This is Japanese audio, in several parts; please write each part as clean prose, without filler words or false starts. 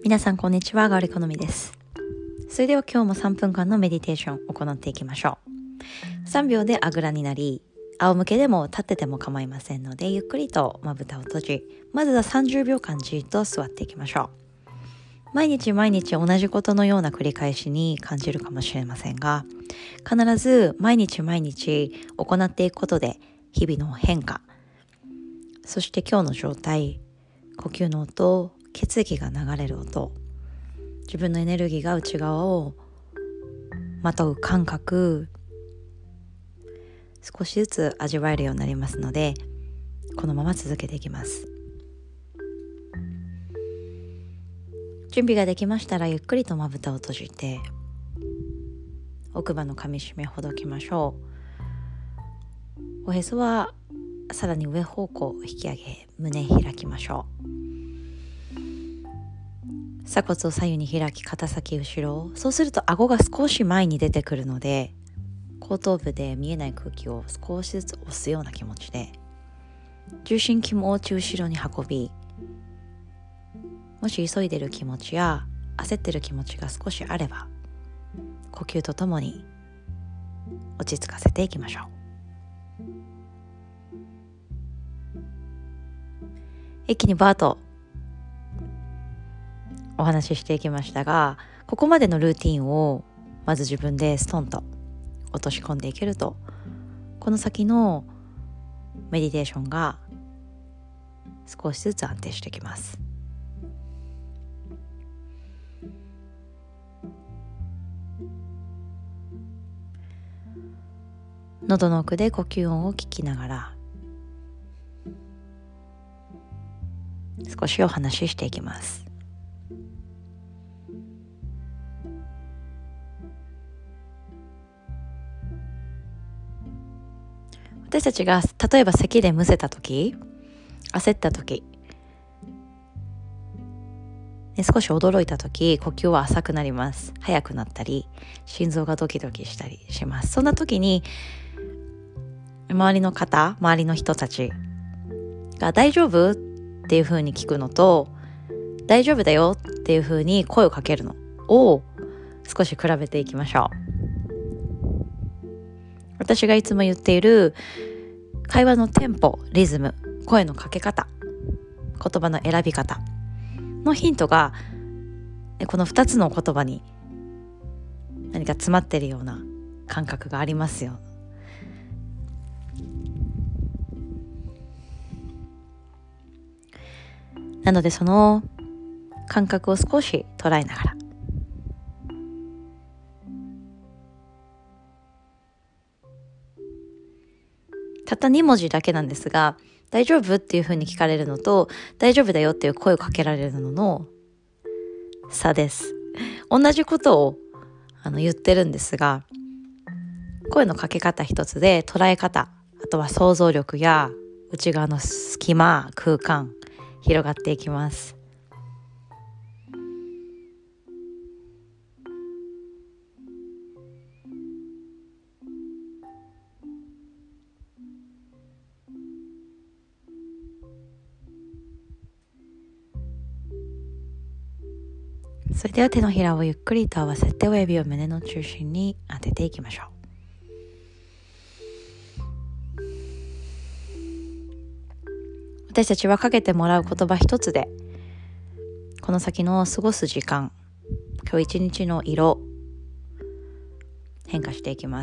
皆さんこんにちは、ガオリコノミです。それでは今日も3分間のメディテーションを行っていきましょう。3秒であぐらになり、仰向けでも立ってても構いませんので、ゆっくりとまぶたを閉じ、まずは30秒間じっと座っていきましょう。毎日毎日同じことのような繰り返しに感じるかもしれませんが、必ず毎日毎日行っていくことで日々の変化、そして今日の状態、呼吸の音、血液が流れる音、自分のエネルギーが内側をまとう感覚、少しずつ味わえるようになりますので、このまま続けていきます。準備ができましたら、ゆっくりとまぶたを閉じて奥歯の噛みしめほどきましょう。おへそはさらに上方向引き上げ、胸開きましょう。鎖骨を左右に開き、肩先後ろ、そうすると顎が少し前に出てくるので、後頭部で見えない空気を少しずつ押すような気持ちで、重心気持ち後ろに運び、もし急いでる気持ちや焦ってる気持ちが少しあれば、呼吸とともに落ち着かせていきましょう。一気にバーッとお話ししていきましたが、ここまでのルーティンをまず自分でストンと落とし込んでいけると、この先のメディテーションが少しずつ安定してきます。喉の奥で呼吸音を聞きながら少しお話ししていきます。私たちが例えば咳でむせた時、焦った時、少し驚いた時、呼吸は浅くなります。速くなったり、心臓がドキドキしたりします。そんな時に周りの方、周りの人たちが大丈夫っていう風に聞くのと、大丈夫だよっていう風に声をかけるのを少し比べていきましょう。私がいつも言っている会話のテンポ、リズム、声のかけ方、言葉の選び方のヒントがこの2つの言葉に何か詰まっているような感覚がありますよ。なのでその感覚を少し捉えながら、たった2文字だけなんですが、大丈夫っていう風に聞かれるのと、大丈夫だよっていう声をかけられるのの差です。同じことを言ってるんですが、声のかけ方一つで捉え方、あとは想像力や内側の隙間、空間、広がっていきます。それでは手のひらをゆっくりと合わせて、親指を胸の中心に当てていきましょう。私たちはかけてもらう言葉一つで、この先の過ごす時間、今日一日の色、変化していきます。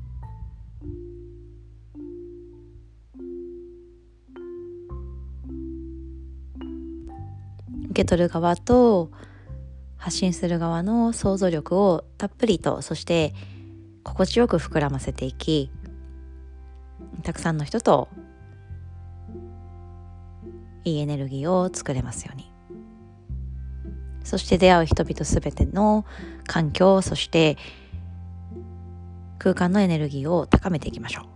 受け取る側と発信する側の想像力をたっぷりと、そして心地よく膨らませていき、たくさんの人といいエネルギーを作れますように。そして出会う人々すべての環境、そして空間のエネルギーを高めていきましょう。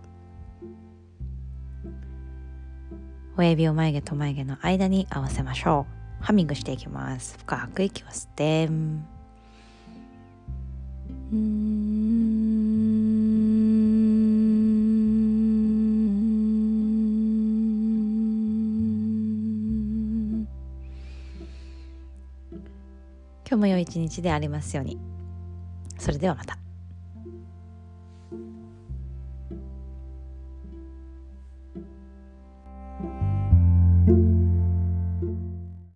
親指を眉毛と眉毛の間に合わせましょう。ハミングしていきます。深く息を吸って、 今日も良い一日でありますように。それではまた。